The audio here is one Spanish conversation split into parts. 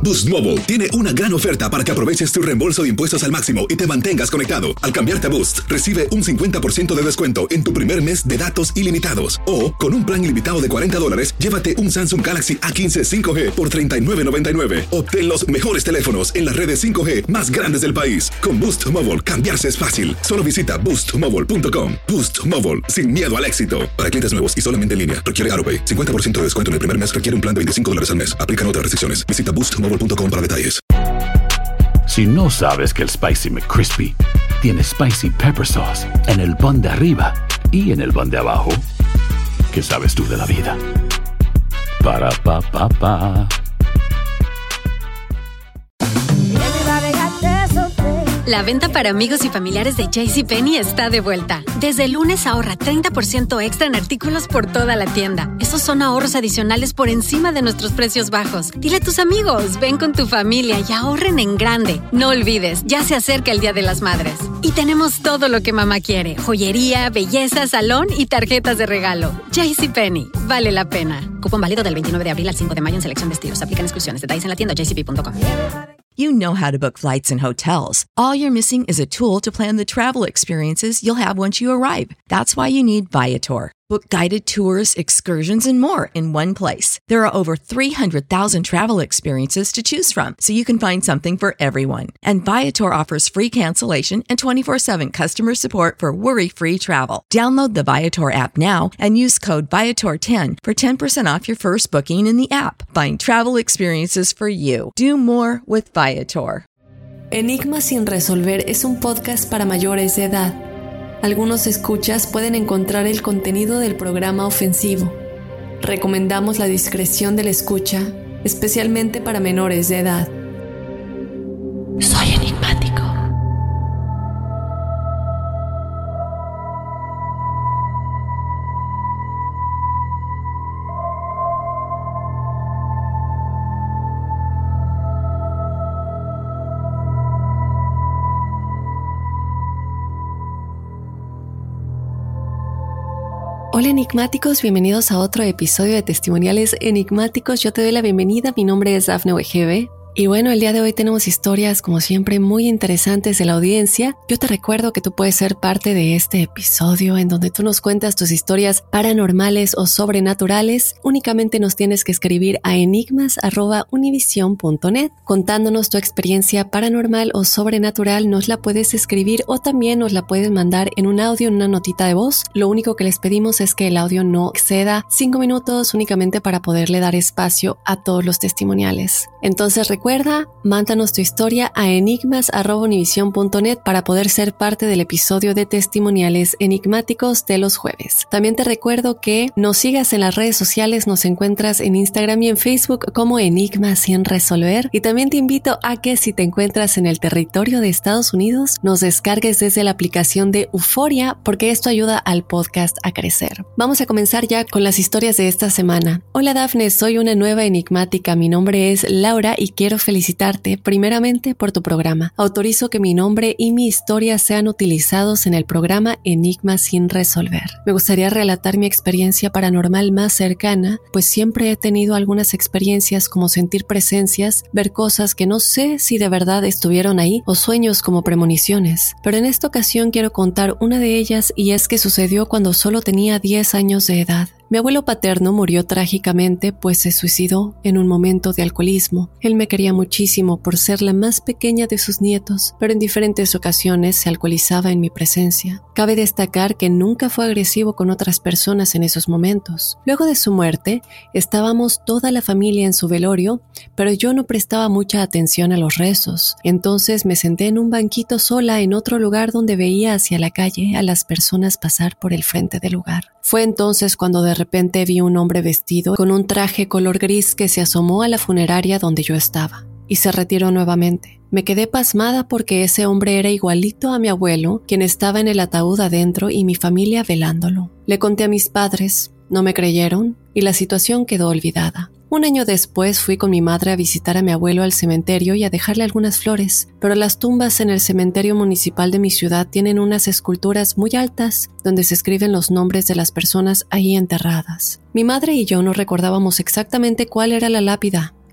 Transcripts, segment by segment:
Boost Mobile tiene una gran oferta para que aproveches tu reembolso de impuestos al máximo y te mantengas conectado. Al cambiarte a Boost, recibe un 50% de descuento en tu primer mes de datos ilimitados. O, con un plan ilimitado de $40, llévate un Samsung Galaxy A15 5G por $39.99. Obtén los mejores teléfonos en las redes 5G más grandes del país. Con Boost Mobile, cambiarse es fácil. Solo visita boostmobile.com. Boost Mobile, sin miedo al éxito. Para clientes nuevos y solamente en línea, requiere AroPay. 50% de descuento en el primer mes requiere un plan de $25 al mes. Aplican otras restricciones. Visita boostmobile.com para detalles. Si no sabes que el Spicy McCrispy tiene Spicy Pepper Sauce en el pan de arriba y en el pan de abajo, ¿qué sabes tú de la vida? Para, pa, pa, pa. La venta para amigos y familiares de JCPenney está de vuelta. Desde el lunes ahorra 30% extra en artículos por toda la tienda. Esos son ahorros adicionales por encima de nuestros precios bajos. Dile a tus amigos, ven con tu familia y ahorren en grande. No olvides, ya se acerca el Día de las Madres. Y tenemos todo lo que mamá quiere. Joyería, belleza, salón y tarjetas de regalo. JCPenney, vale la pena. Cupón válido del 29 de abril al 5 de mayo en selección de estilos. Aplican exclusiones. Detalles en la tienda jcp.com. You know how to book flights and hotels. All you're missing is a tool to plan the travel experiences you'll have once you arrive. That's why you need Viator. Book guided tours, excursions, and more in one place. There are over 300,000 travel experiences to choose from, so you can find something for everyone. And Viator offers free cancellation and 24/7 customer support for worry-free travel. Download the Viator app now and use code Viator10 for 10% off your first booking in the app. Find travel experiences for you. Do more with Viator. Enigmas sin resolver es un podcast para mayores de edad. Algunos escuchas pueden encontrar el contenido del programa ofensivo. Recomendamos la discreción de la escucha, especialmente para menores de edad. Soy enigmático. Hola enigmáticos, bienvenidos a otro episodio de Testimoniales Enigmáticos. Yo te doy la bienvenida, mi nombre es Dafne Wegebe. Y bueno, el día de hoy tenemos historias, como siempre, muy interesantes de la audiencia. Yo te recuerdo que tú puedes ser parte de este episodio en donde tú nos cuentas tus historias paranormales o sobrenaturales. Únicamente nos tienes que escribir a enigmas@univision.net contándonos tu experiencia paranormal o sobrenatural. Nos la puedes escribir o también nos la puedes mandar en un audio, en una notita de voz. Lo único que les pedimos es que el audio no exceda 5 minutos, únicamente para poderle dar espacio a todos los testimoniales. Entonces recuerda, mándanos tu historia a enigmas@univision.net para poder ser parte del episodio de Testimoniales Enigmáticos de los jueves. También te recuerdo que nos sigas en las redes sociales, nos encuentras en Instagram y en Facebook como Enigmas sin resolver. Y también te invito a que si te encuentras en el territorio de Estados Unidos, nos descargues desde la aplicación de Euforia, porque esto ayuda al podcast a crecer. Vamos a comenzar ya con las historias de esta semana. Hola Dafne, soy una nueva enigmática. Mi nombre es Laura y quiero felicitarte primeramente por tu programa. Autorizo que mi nombre y mi historia sean utilizados en el programa Enigmas sin resolver. Me gustaría relatar mi experiencia paranormal más cercana, pues siempre he tenido algunas experiencias como sentir presencias, ver cosas que no sé si de verdad estuvieron ahí o sueños como premoniciones. Pero en esta ocasión quiero contar una de ellas y es que sucedió cuando solo tenía 10 años de edad. Mi abuelo paterno murió trágicamente, pues se suicidó en un momento de alcoholismo. Él me quería muchísimo por ser la más pequeña de sus nietos, pero en diferentes ocasiones se alcoholizaba en mi presencia. Cabe destacar que nunca fue agresivo con otras personas en esos momentos. Luego de su muerte, estábamos toda la familia en su velorio, pero yo no prestaba mucha atención a los rezos. Entonces me senté en un banquito sola en otro lugar donde veía hacia la calle a las personas pasar por el frente del lugar. Fue entonces cuando de repente vi un hombre vestido con un traje color gris que se asomó a la funeraria donde yo estaba y se retiró nuevamente. Me quedé pasmada porque ese hombre era igualito a mi abuelo, quien estaba en el ataúd adentro y mi familia velándolo. Le conté a mis padres, no me creyeron y la situación quedó olvidada. Un año después fui con mi madre a visitar a mi abuelo al cementerio y a dejarle algunas flores, pero las tumbas en el cementerio municipal de mi ciudad tienen unas esculturas muy altas donde se escriben los nombres de las personas ahí enterradas. Mi madre y yo no recordábamos exactamente cuál era la lápida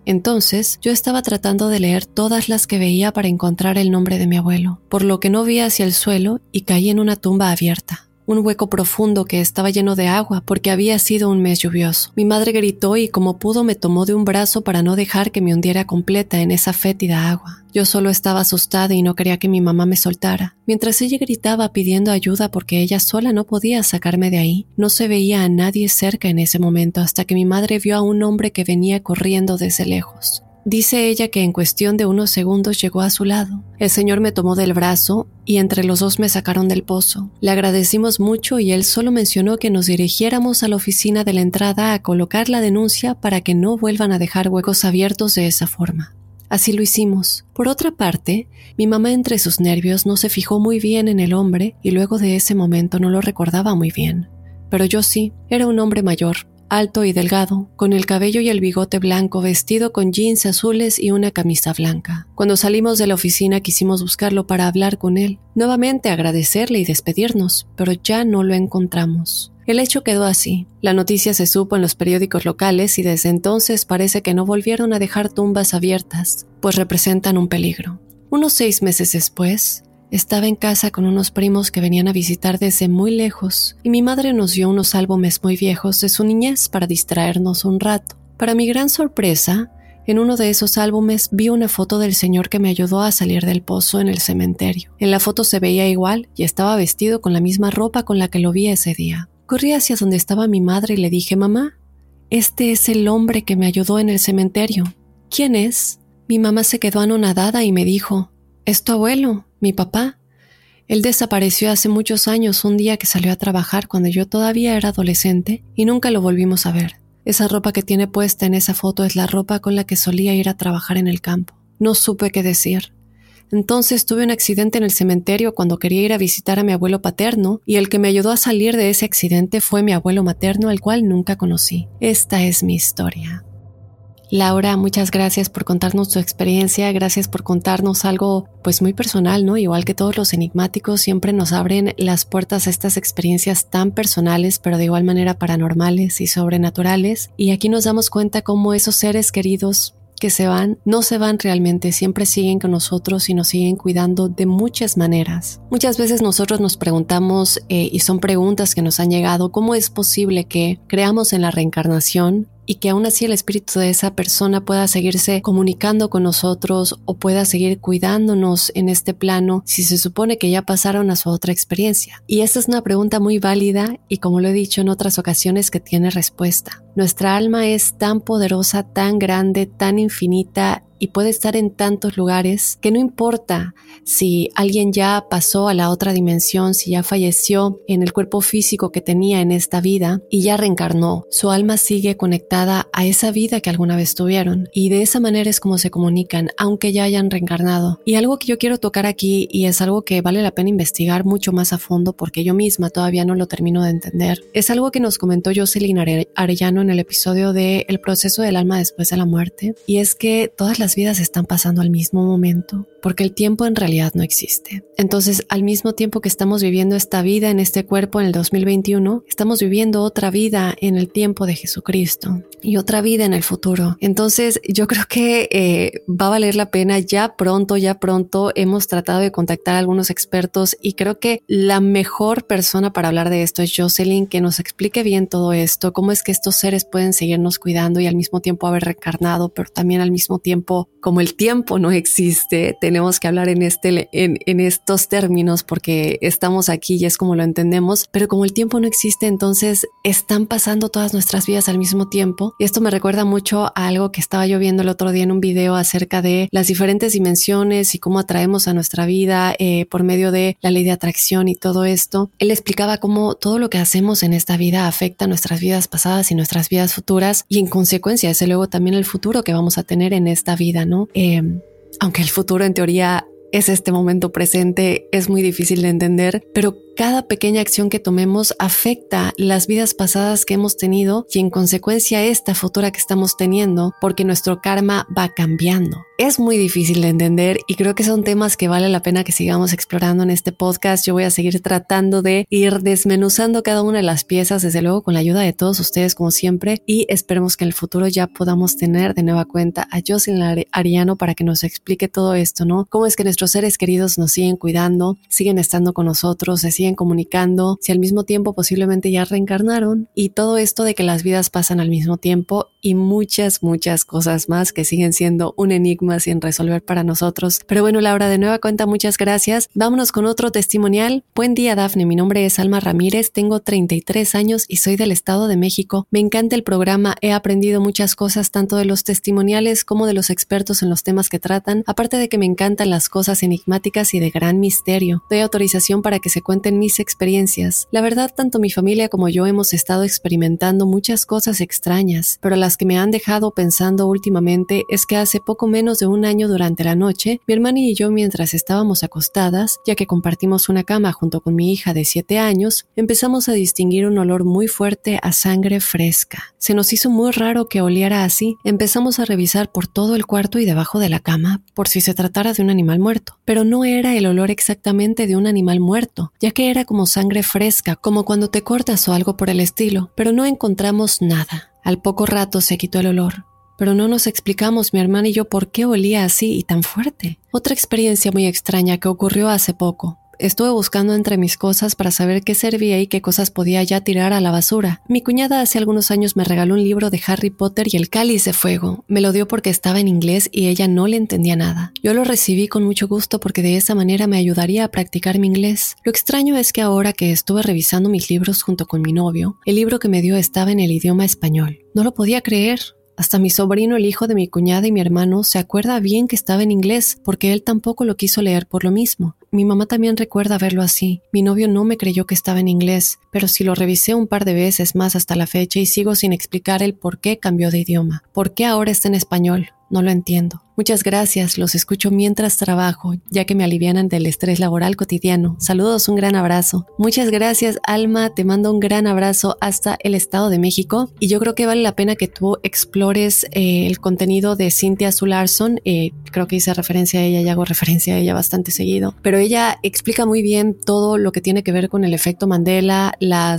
Entonces, yo estaba tratando de leer todas las que veía para encontrar el nombre de mi abuelo, por lo que no vi hacia el suelo y caí en una tumba abierta. Un hueco profundo que estaba lleno de agua porque había sido un mes lluvioso. Mi madre gritó y como pudo me tomó de un brazo para no dejar que me hundiera completa en esa fétida agua. Yo solo estaba asustada y no quería que mi mamá me soltara. Mientras ella gritaba pidiendo ayuda porque ella sola no podía sacarme de ahí, no se veía a nadie cerca en ese momento hasta que mi madre vio a un hombre que venía corriendo desde lejos. Dice ella que en cuestión de unos segundos llegó a su lado. El señor me tomó del brazo y entre los dos me sacaron del pozo. Le agradecimos mucho y él solo mencionó que nos dirigiéramos a la oficina de la entrada a colocar la denuncia para que no vuelvan a dejar huecos abiertos de esa forma. Así lo hicimos. Por otra parte, mi mamá entre sus nervios no se fijó muy bien en el hombre y luego de ese momento no lo recordaba muy bien. Pero yo sí, era un hombre mayor, alto y delgado, con el cabello y el bigote blanco, vestido con jeans azules y una camisa blanca. Cuando salimos de la oficina quisimos buscarlo para hablar con él, nuevamente agradecerle y despedirnos, pero ya no lo encontramos. El hecho quedó así. La noticia se supo en los periódicos locales y desde entonces parece que no volvieron a dejar tumbas abiertas, pues representan un peligro. Unos 6 meses después, estaba en casa con unos primos que venían a visitar desde muy lejos y mi madre nos dio unos álbumes muy viejos de su niñez para distraernos un rato. Para mi gran sorpresa, en uno de esos álbumes vi una foto del señor que me ayudó a salir del pozo en el cementerio. En la foto se veía igual y estaba vestido con la misma ropa con la que lo vi ese día. Corrí hacia donde estaba mi madre y le dije: «Mamá, este es el hombre que me ayudó en el cementerio. ¿Quién es?». Mi mamá se quedó anonadada y me dijo: «Es tu abuelo, mi papá. Él desapareció hace muchos años un día que salió a trabajar cuando yo todavía era adolescente y nunca lo volvimos a ver. Esa ropa que tiene puesta en esa foto es la ropa con la que solía ir a trabajar en el campo». No supe qué decir. Entonces tuve un accidente en el cementerio cuando quería ir a visitar a mi abuelo paterno y el que me ayudó a salir de ese accidente fue mi abuelo materno, al cual nunca conocí. Esta es mi historia. Laura, muchas gracias por contarnos tu experiencia, gracias por contarnos algo pues muy personal, ¿no? Igual que todos los enigmáticos, siempre nos abren las puertas a estas experiencias tan personales, pero de igual manera paranormales y sobrenaturales. Y aquí nos damos cuenta cómo esos seres queridos que se van, no se van realmente, siempre siguen con nosotros y nos siguen cuidando de muchas maneras. Muchas veces nosotros nos preguntamos, y son preguntas que nos han llegado, ¿cómo es posible que creamos en la reencarnación y que aún así el espíritu de esa persona pueda seguirse comunicando con nosotros o pueda seguir cuidándonos en este plano si se supone que ya pasaron a su otra experiencia? Y esta es una pregunta muy válida y, como lo he dicho en otras ocasiones, que tiene respuesta. Nuestra alma es tan poderosa, tan grande, tan infinita y puede estar en tantos lugares que no importa si alguien ya pasó a la otra dimensión, si ya falleció en el cuerpo físico que tenía en esta vida y ya reencarnó, su alma sigue conectada a esa vida que alguna vez tuvieron y de esa manera es como se comunican, aunque ya hayan reencarnado. Y algo que yo quiero tocar aquí, y es algo que vale la pena investigar mucho más a fondo porque yo misma todavía no lo termino de entender, es algo que nos comentó Jocelyn Arellano en el episodio de El proceso del alma después de la muerte, y es que todas las vidas están pasando al mismo momento, porque el tiempo en realidad no existe. Entonces, al mismo tiempo que estamos viviendo esta vida en este cuerpo en el 2021, estamos viviendo otra vida en el tiempo de Jesucristo y otra vida en el futuro. Entonces, yo creo que va a valer la pena. Ya pronto hemos tratado de contactar a algunos expertos y creo que la mejor persona para hablar de esto es Jocelyn, que nos explique bien todo esto, cómo es que estos seres pueden seguirnos cuidando y al mismo tiempo haber reencarnado, pero también al mismo tiempo, como el tiempo no existe, tenemos que hablar en estos términos porque estamos aquí y es como lo entendemos, pero como el tiempo no existe, entonces están pasando todas nuestras vidas al mismo tiempo. Y esto me recuerda mucho a algo que estaba yo viendo el otro día en un video acerca de las diferentes dimensiones y cómo atraemos a nuestra vida por medio de la ley de atracción y todo esto. Él explicaba cómo todo lo que hacemos en esta vida afecta a nuestras vidas pasadas y nuestras vidas futuras y en consecuencia es luego también el futuro que vamos a tener en esta vida, ¿no? Aunque el futuro en teoría es este momento presente, es muy difícil de entender, pero cada pequeña acción que tomemos afecta las vidas pasadas que hemos tenido y en consecuencia esta futura que estamos teniendo, porque nuestro karma va cambiando. Es muy difícil de entender y creo que son temas que vale la pena que sigamos explorando en este podcast. Yo voy a seguir tratando de ir desmenuzando cada una de las piezas, desde luego con la ayuda de todos ustedes como siempre, y esperemos que en el futuro ya podamos tener de nueva cuenta a Jocelyn Arellano para que nos explique todo esto, ¿no? Cómo es que nuestros seres queridos nos siguen cuidando, siguen estando con nosotros, se siguen comunicando, si al mismo tiempo posiblemente ya reencarnaron, y todo esto de que las vidas pasan al mismo tiempo y muchas cosas más que siguen siendo un enigma sin resolver para nosotros. Pero bueno, Laura, de nueva cuenta, muchas gracias. Vámonos con otro testimonial. Buen día, Dafne. Mi nombre es Alma Ramírez, tengo 33 años y soy del Estado de México. Me encanta el programa, he aprendido muchas cosas tanto de los testimoniales como de los expertos en los temas que tratan, aparte de que me encantan las cosas enigmáticas y de gran misterio. Doy autorización para que se cuenten mis experiencias. La verdad, tanto mi familia como yo hemos estado experimentando muchas cosas extrañas, pero las que me han dejado pensando últimamente es que hace poco menos de un año durante la noche, mi hermana y yo, mientras estábamos acostadas, ya que compartimos una cama junto con mi hija de 7 años, empezamos a distinguir un olor muy fuerte a sangre fresca. Se nos hizo muy raro que oliera así. Empezamos a revisar por todo el cuarto y debajo de la cama, por si se tratara de un animal muerto. Pero no era el olor exactamente de un animal muerto, ya que era como sangre fresca, como cuando te cortas o algo por el estilo, pero no encontramos nada. Al poco rato se quitó el olor. Pero no nos explicamos, mi hermana y yo, por qué olía así y tan fuerte. Otra experiencia muy extraña que ocurrió hace poco. Estuve buscando entre mis cosas para saber qué servía y qué cosas podía ya tirar a la basura. Mi cuñada hace algunos años me regaló un libro de Harry Potter y el Cáliz de Fuego. Me lo dio porque estaba en inglés y ella no le entendía nada. Yo lo recibí con mucho gusto porque de esa manera me ayudaría a practicar mi inglés. Lo extraño es que ahora que estuve revisando mis libros junto con mi novio, el libro que me dio estaba en el idioma español. No lo podía creer. Hasta mi sobrino, el hijo de mi cuñada y mi hermano, se acuerda bien que estaba en inglés, porque él tampoco lo quiso leer por lo mismo. Mi mamá también recuerda verlo así. Mi novio no me creyó que estaba en inglés, pero sí lo revisé un par de veces más hasta la fecha y sigo sin explicar el por qué cambió de idioma. ¿Por qué ahora está en español? No lo entiendo. Muchas gracias, los escucho mientras trabajo, ya que me alivianan del estrés laboral cotidiano. Saludos, un gran abrazo. Muchas gracias, Alma, te mando un gran abrazo hasta el Estado de México. Y yo creo que vale la pena que tú explores el contenido de Cynthia Sue Larson. Creo que hice referencia a ella y hago referencia a ella bastante seguido. Pero ella explica muy bien todo lo que tiene que ver con el efecto Mandela,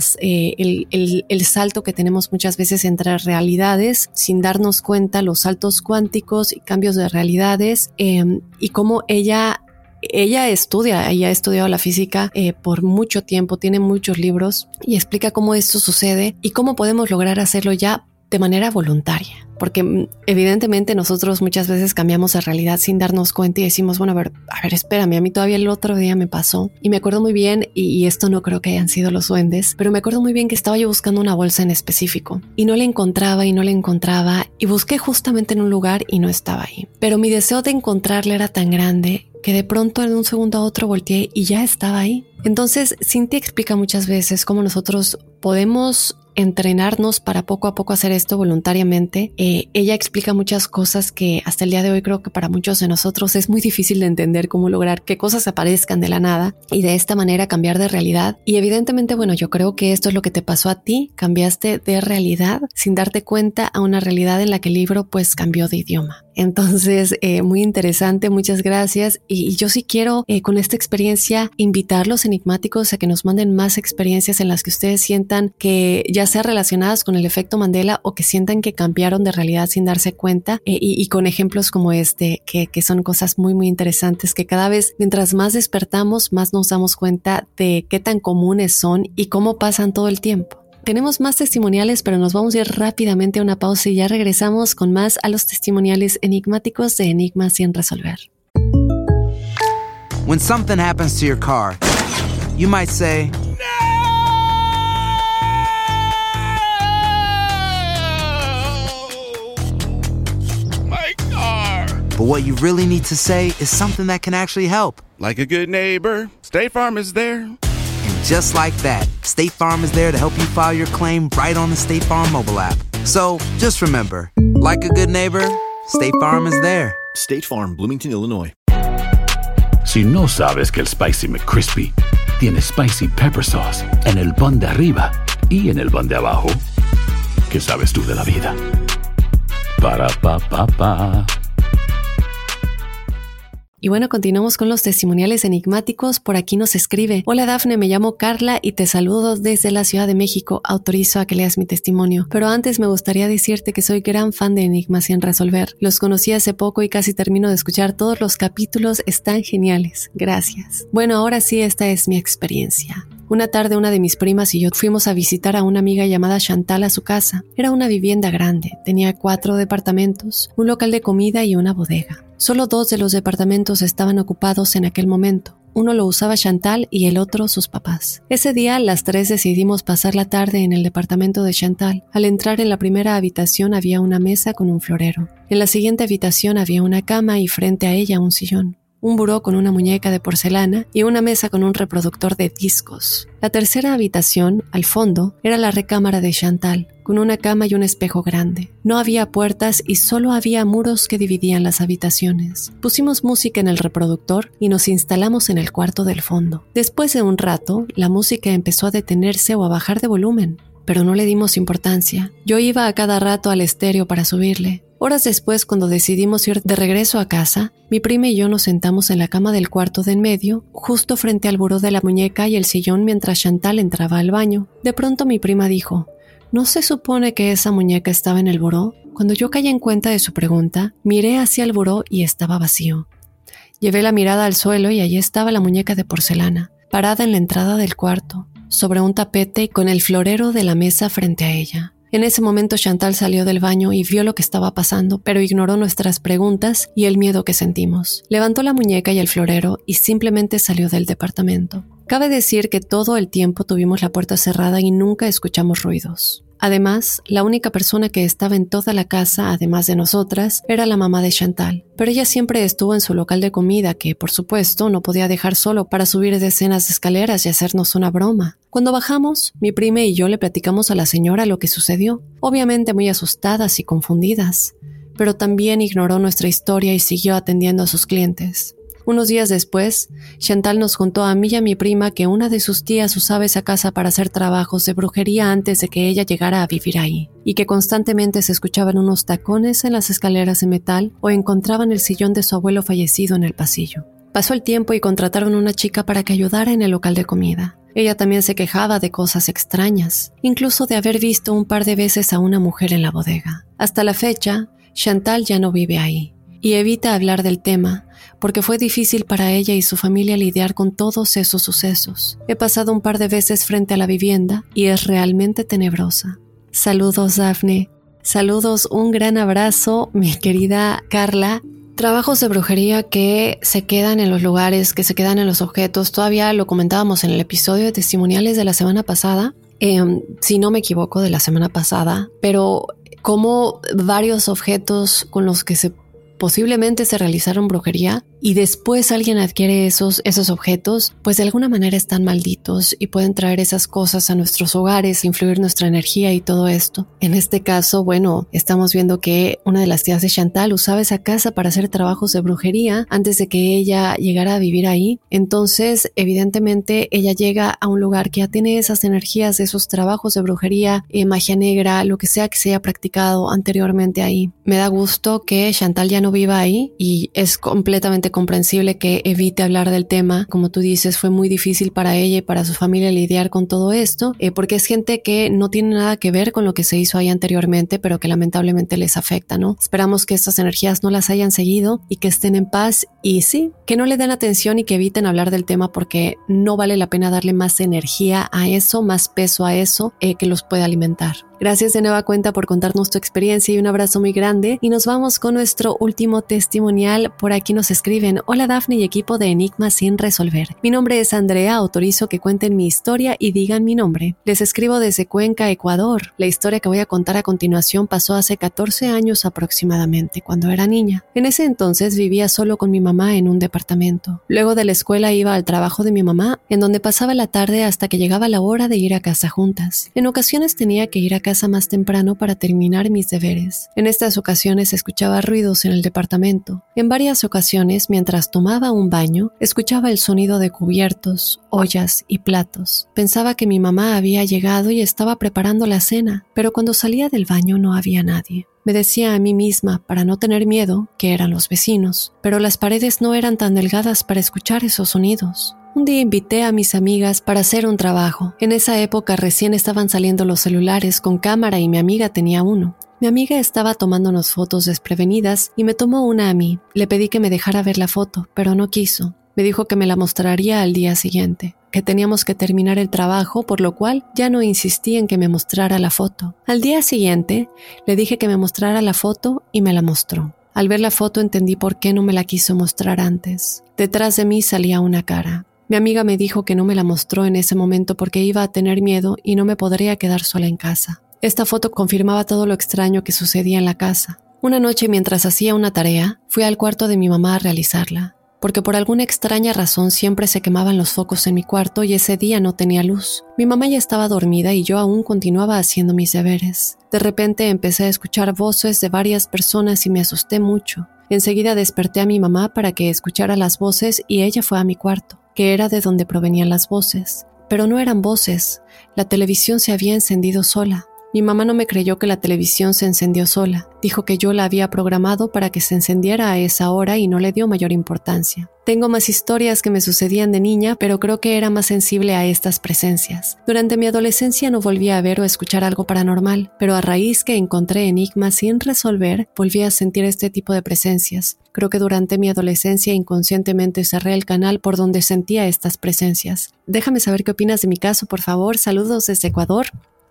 el salto que tenemos muchas veces entre realidades sin darnos cuenta, los saltos cuánticos y cambios de realidades, y cómo ella ha estudiado la física por mucho tiempo, tiene muchos libros y explica cómo esto sucede y cómo podemos lograr hacerlo ya de manera voluntaria. Porque evidentemente nosotros muchas veces cambiamos de realidad sin darnos cuenta y decimos, bueno, a ver, espérame, a mí todavía el otro día me pasó. Y me acuerdo muy bien, y esto no creo que hayan sido los duendes, pero me acuerdo muy bien que estaba yo buscando una bolsa en específico y no la encontraba y busqué justamente en un lugar y no estaba ahí. Pero mi deseo de encontrarla era tan grande que de pronto de un segundo a otro volteé y ya estaba ahí. Entonces, Cynthia explica muchas veces cómo nosotros podemos entrenarnos para poco a poco hacer esto voluntariamente. Ella explica muchas cosas que hasta el día de hoy creo que para muchos de nosotros es muy difícil de entender cómo lograr que cosas aparezcan de la nada y de esta manera cambiar de realidad. Y evidentemente, bueno, yo creo que esto es lo que te pasó a ti. Cambiaste de realidad sin darte cuenta a una realidad en la que el libro pues cambió de idioma. Entonces, muy interesante, muchas gracias. Y yo sí quiero con esta experiencia invitarlos enigmáticos a que nos manden más experiencias en las que ustedes sientan que ya sea relacionadas con el efecto Mandela o que sientan que cambiaron de realidad sin darse cuenta, y con ejemplos como este, que son cosas muy muy interesantes que cada vez mientras más despertamos más nos damos cuenta de qué tan comunes son y cómo pasan todo el tiempo. Tenemos más testimoniales, pero nos vamos a ir rápidamente a una pausa y ya regresamos con más a los testimoniales enigmáticos de Enigmas sin resolver. When something happens to your car, you might say, but what you really need to say is something that can actually help. Like a good neighbor, State Farm is there. And just like that, State Farm is there to help you file your claim right on the State Farm mobile app. So just remember, like a good neighbor, State Farm is there. State Farm, Bloomington, Illinois. Si no sabes que el Spicy McCrispy tiene Spicy Pepper Sauce en el pan de arriba y en el pan de abajo. ¿Qué sabes tú de la vida? Para, pa, pa, pa. Y bueno, continuamos con los testimoniales enigmáticos. Por aquí nos escribe: Hola Dafne, me llamo Carla y te saludo desde la Ciudad de México. Autorizo a que leas mi testimonio. Pero antes me gustaría decirte que soy gran fan de Enigmas sin resolver. Los conocí hace poco y casi termino de escuchar todos los capítulos. Están geniales. Gracias. Bueno, ahora sí, esta es mi experiencia. Una tarde una de mis primas y yo fuimos a visitar a una amiga llamada Chantal a su casa. Era una vivienda grande, tenía 4 departamentos, un local de comida y una bodega. Solo 2 de los departamentos estaban ocupados en aquel momento. Uno lo usaba Chantal y el otro sus papás. Ese día las 3 decidimos pasar la tarde en el departamento de Chantal. Al entrar en la primera habitación había una mesa con un florero. En la siguiente habitación había una cama y frente a ella un sillón, un buró con una muñeca de porcelana y una mesa con un reproductor de discos. La tercera habitación, al fondo, era la recámara de Chantal, con una cama y un espejo grande. No había puertas y solo había muros que dividían las habitaciones. Pusimos música en el reproductor y nos instalamos en el cuarto del fondo. Después de un rato, la música empezó a detenerse o a bajar de volumen, pero no le dimos importancia. Yo iba a cada rato al estéreo para subirle. Horas después, cuando decidimos ir de regreso a casa, mi prima y yo nos sentamos en la cama del cuarto de en medio, justo frente al buró de la muñeca y el sillón mientras Chantal entraba al baño. De pronto mi prima dijo: ¿No se supone que esa muñeca estaba en el buró? Cuando yo caí en cuenta de su pregunta, miré hacia el buró y estaba vacío. Llevé la mirada al suelo y allí estaba la muñeca de porcelana, parada en la entrada del cuarto, sobre un tapete y con el florero de la mesa frente a ella. En ese momento Chantal salió del baño y vio lo que estaba pasando, pero ignoró nuestras preguntas y el miedo que sentimos. Levantó la muñeca y el florero y simplemente salió del departamento. Cabe decir que todo el tiempo tuvimos la puerta cerrada y nunca escuchamos ruidos. Además, la única persona que estaba en toda la casa, además de nosotras, era la mamá de Chantal. Pero ella siempre estuvo en su local de comida, que, por supuesto, no podía dejar solo para subir decenas de escaleras y hacernos una broma. Cuando bajamos, mi prima y yo le platicamos a la señora lo que sucedió, obviamente muy asustadas y confundidas, pero también ignoró nuestra historia y siguió atendiendo a sus clientes. Unos días después, Chantal nos contó a mí y a mi prima que una de sus tías usaba esa casa para hacer trabajos de brujería antes de que ella llegara a vivir ahí, y que constantemente se escuchaban unos tacones en las escaleras de metal o encontraban el sillón de su abuelo fallecido en el pasillo. Pasó el tiempo y contrataron a una chica para que ayudara en el local de comida. Ella también se quejaba de cosas extrañas, incluso de haber visto un par de veces a una mujer en la bodega. Hasta la fecha, Chantal ya no vive ahí y evita hablar del tema porque fue difícil para ella y su familia lidiar con todos esos sucesos. He pasado un par de veces frente a la vivienda y es realmente tenebrosa. Saludos, Dafne. Saludos, un gran abrazo, mi querida Carla. Trabajos de brujería que se quedan en los lugares, que se quedan en los objetos. Todavía lo comentábamos en el episodio de testimoniales de la semana pasada, si no me equivoco, de la semana pasada, pero como varios objetos con los que posiblemente se realizaron brujería y después alguien adquiere esos objetos, pues de alguna manera están malditos y pueden traer esas cosas a nuestros hogares, influir nuestra energía y todo esto. En este caso, bueno, estamos viendo que una de las tías de Chantal usaba esa casa para hacer trabajos de brujería antes de que ella llegara a vivir ahí. Entonces, evidentemente, ella llega a un lugar que ya tiene esas energías de esos trabajos de brujería, magia negra, lo que sea que se haya practicado anteriormente ahí. Me da gusto que Chantal ya no viva ahí y es completamente comprensible que evite hablar del tema. Como tú dices, fue muy difícil para ella y para su familia lidiar con todo esto, porque es gente que no tiene nada que ver con lo que se hizo ahí anteriormente, pero que lamentablemente les afecta, ¿no? Esperamos que estas energías no las hayan seguido y que estén en paz y sí, que no le den atención y que eviten hablar del tema porque no vale la pena darle más energía a eso, más peso a eso, que los puede alimentar. Gracias de nueva cuenta por contarnos tu experiencia y un abrazo muy grande. Y nos vamos con nuestro último testimonial. Por aquí nos escriben: Hola Dafne y equipo de Enigmas sin resolver. Mi nombre es Andrea, autorizo que cuenten mi historia y digan mi nombre. Les escribo desde Cuenca, Ecuador. La historia que voy a contar a continuación pasó hace 14 años aproximadamente, cuando era niña. En ese entonces vivía solo con mi mamá en un departamento. Luego de la escuela iba al trabajo de mi mamá, en donde pasaba la tarde hasta que llegaba la hora de ir a casa juntas. En ocasiones tenía que ir a casa más temprano para terminar mis deberes. En estas ocasiones escuchaba ruidos en el departamento. En varias ocasiones, mientras tomaba un baño, escuchaba el sonido de cubiertos, ollas y platos. Pensaba que mi mamá había llegado y estaba preparando la cena, pero cuando salía del baño no había nadie. Me decía a mí misma, para no tener miedo, que eran los vecinos, pero las paredes no eran tan delgadas para escuchar esos sonidos. Un día invité a mis amigas para hacer un trabajo. En esa época recién estaban saliendo los celulares con cámara y mi amiga tenía uno. Mi amiga estaba tomándonos fotos desprevenidas y me tomó una a mí. Le pedí que me dejara ver la foto, pero no quiso. Me dijo que me la mostraría al día siguiente, que teníamos que terminar el trabajo, por lo cual ya no insistí en que me mostrara la foto. Al día siguiente, le dije que me mostrara la foto y me la mostró. Al ver la foto entendí por qué no me la quiso mostrar antes. Detrás de mí salía una cara. Mi amiga me dijo que no me la mostró en ese momento porque iba a tener miedo y no me podría quedar sola en casa. Esta foto confirmaba todo lo extraño que sucedía en la casa. Una noche, mientras hacía una tarea, fui al cuarto de mi mamá a realizarla, porque por alguna extraña razón siempre se quemaban los focos en mi cuarto y ese día no tenía luz. Mi mamá ya estaba dormida y yo aún continuaba haciendo mis deberes. De repente empecé a escuchar voces de varias personas y me asusté mucho. Enseguida desperté a mi mamá para que escuchara las voces y ella fue a mi cuarto, que era de donde provenían las voces. Pero no eran voces, la televisión se había encendido sola. Mi mamá no me creyó que la televisión se encendió sola. Dijo que yo la había programado para que se encendiera a esa hora y no le dio mayor importancia. Tengo más historias que me sucedían de niña, pero creo que era más sensible a estas presencias. Durante mi adolescencia no volví a ver o escuchar algo paranormal, pero a raíz que encontré enigmas sin resolver, volví a sentir este tipo de presencias. Creo que durante mi adolescencia inconscientemente cerré el canal por donde sentía estas presencias. Déjame saber qué opinas de mi caso, por favor. Saludos desde Ecuador.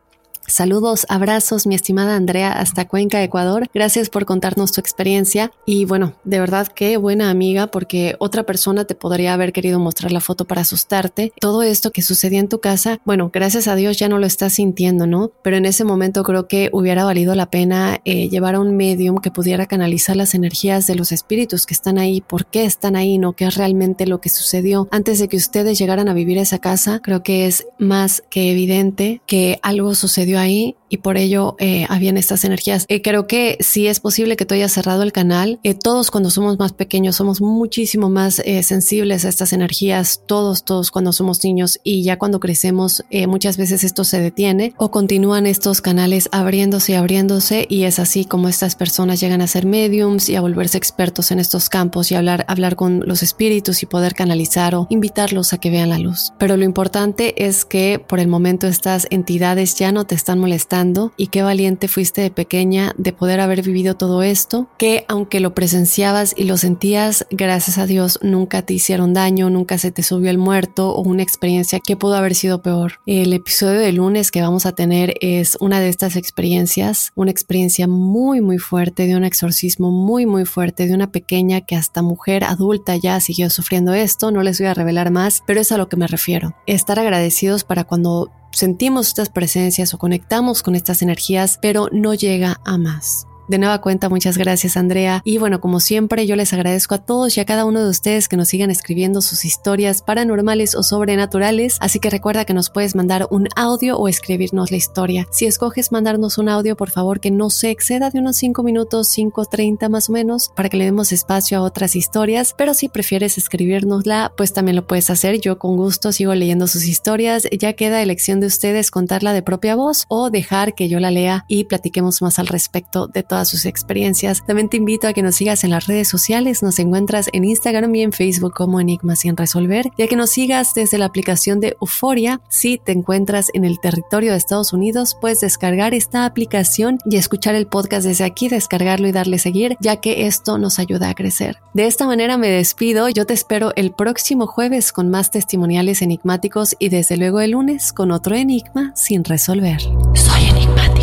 Saludos, abrazos, mi estimada Andrea, hasta Cuenca, Ecuador. Gracias por contarnos tu experiencia. Y bueno, de verdad qué buena amiga, porque otra persona te podría haber querido mostrar la foto para asustarte. Todo esto que sucedía en tu casa, bueno, gracias a Dios ya no lo estás sintiendo, ¿no? Pero en ese momento creo que hubiera valido la pena llevar a un medium que pudiera canalizar las energías de los espíritus que están ahí, por qué están ahí, ¿no? ¿Qué es realmente lo que sucedió antes de que ustedes llegaran a vivir esa casa? Creo que es más que evidente que algo sucedió ahí y por ello habían estas energías. Creo que sí es posible que tú hayas cerrado el canal. Todos cuando somos más pequeños somos muchísimo más sensibles a estas energías, todos cuando somos niños, y ya cuando crecemos muchas veces esto se detiene o continúan estos canales abriéndose y es así como estas personas llegan a ser mediums y a volverse expertos en estos campos y hablar con los espíritus y poder canalizar o invitarlos a que vean la luz. Pero lo importante es que por el momento estas entidades ya no te están molestando, y qué valiente fuiste de pequeña de poder haber vivido todo esto, que aunque lo presenciabas y lo sentías, gracias a Dios nunca te hicieron daño, nunca se te subió el muerto o una experiencia que pudo haber sido peor. El episodio de lunes que vamos a tener es una de estas experiencias, una experiencia muy muy fuerte, de un exorcismo muy muy fuerte, de una pequeña que hasta mujer adulta ya siguió sufriendo esto. No les voy a revelar más, pero es a lo que me refiero. Estar agradecidos para cuando sentimos estas presencias o conectamos con estas energías, pero no llega a más. De nueva cuenta, muchas gracias, Andrea. Y bueno, como siempre, yo les agradezco a todos y a cada uno de ustedes que nos sigan escribiendo sus historias paranormales o sobrenaturales. Así que recuerda que nos puedes mandar un audio o escribirnos la historia. Si escoges mandarnos un audio, por favor, que no se exceda de unos 5 minutos, 5:30 más o menos, para que le demos espacio a otras historias. Pero si prefieres escribirnosla, pues también lo puedes hacer. Yo con gusto sigo leyendo sus historias. Ya queda elección de ustedes contarla de propia voz o dejar que yo la lea y platiquemos más al respecto de todas sus experiencias. También te invito a que nos sigas en las redes sociales. Nos encuentras en Instagram y en Facebook como Enigmas sin resolver, y a que nos sigas desde la aplicación de Euforia. Si te encuentras en el territorio de Estados Unidos, puedes descargar esta aplicación y escuchar el podcast desde aquí, descargarlo y darle seguir, ya que esto nos ayuda a crecer. De esta manera me despido. Yo te espero el próximo jueves con más testimoniales enigmáticos y desde luego el lunes con otro enigma sin resolver. Soy enigmático.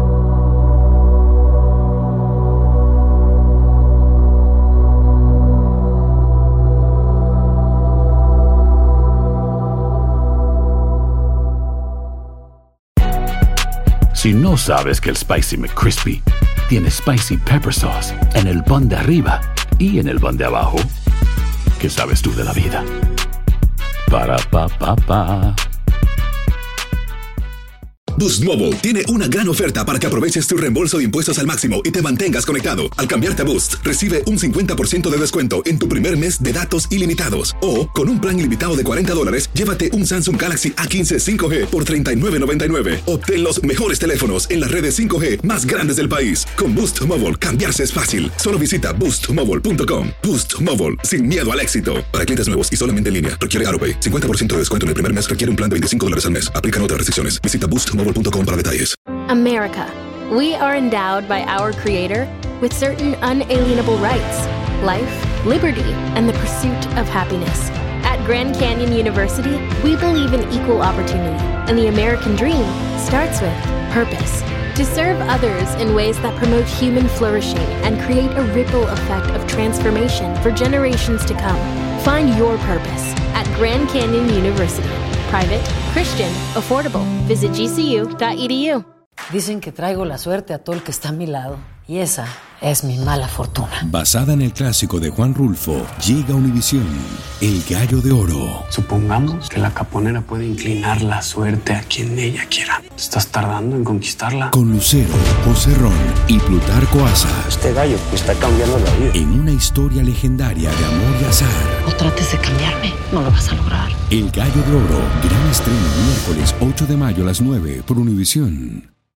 Si no sabes que el Spicy McCrispy tiene Spicy Pepper Sauce en el pan de arriba y en el pan de abajo, ¿qué sabes tú de la vida? Para, pa, pa, pa. Boost Mobile tiene una gran oferta para que aproveches tu reembolso de impuestos al máximo y te mantengas conectado. Al cambiarte a Boost, recibe un 50% de descuento en tu primer mes de datos ilimitados. O, con un plan ilimitado de $40, llévate un Samsung Galaxy A15 5G por $39.99. Obtén los mejores teléfonos en las redes 5G más grandes del país. Con Boost Mobile, cambiarse es fácil. Solo visita boostmobile.com. Boost Mobile, sin miedo al éxito. Para clientes nuevos y solamente en línea, requiere AroPay. 50% de descuento en el primer mes, requiere un plan de $25 al mes. Aplican otras restricciones. Visita boostmobile.com para detalles. America. We are endowed by our Creator with certain unalienable rights: life, liberty, and the pursuit of happiness. At Grand Canyon University, we believe in equal opportunity, and the American dream starts with purpose. To serve others in ways that promote human flourishing and create a ripple effect of transformation for generations to come. Find your purpose at Grand Canyon University. Private, Christian, affordable. Visit gcu.edu. Dicen que traigo la suerte a todo el que está a mi lado, y esa es mi mala fortuna. Basada en el clásico de Juan Rulfo, llega Univisión, El Gallo de Oro. Supongamos que la caponera puede inclinar la suerte a quien ella quiera. ¿Estás tardando en conquistarla? Con Lucero, José Ron y Plutarco Asa. Este gallo está cambiando la vida. En una historia legendaria de amor y azar. No trates de cambiarme, no lo vas a lograr. El Gallo de Oro, gran estreno miércoles 8 de mayo a las 9 por Univisión.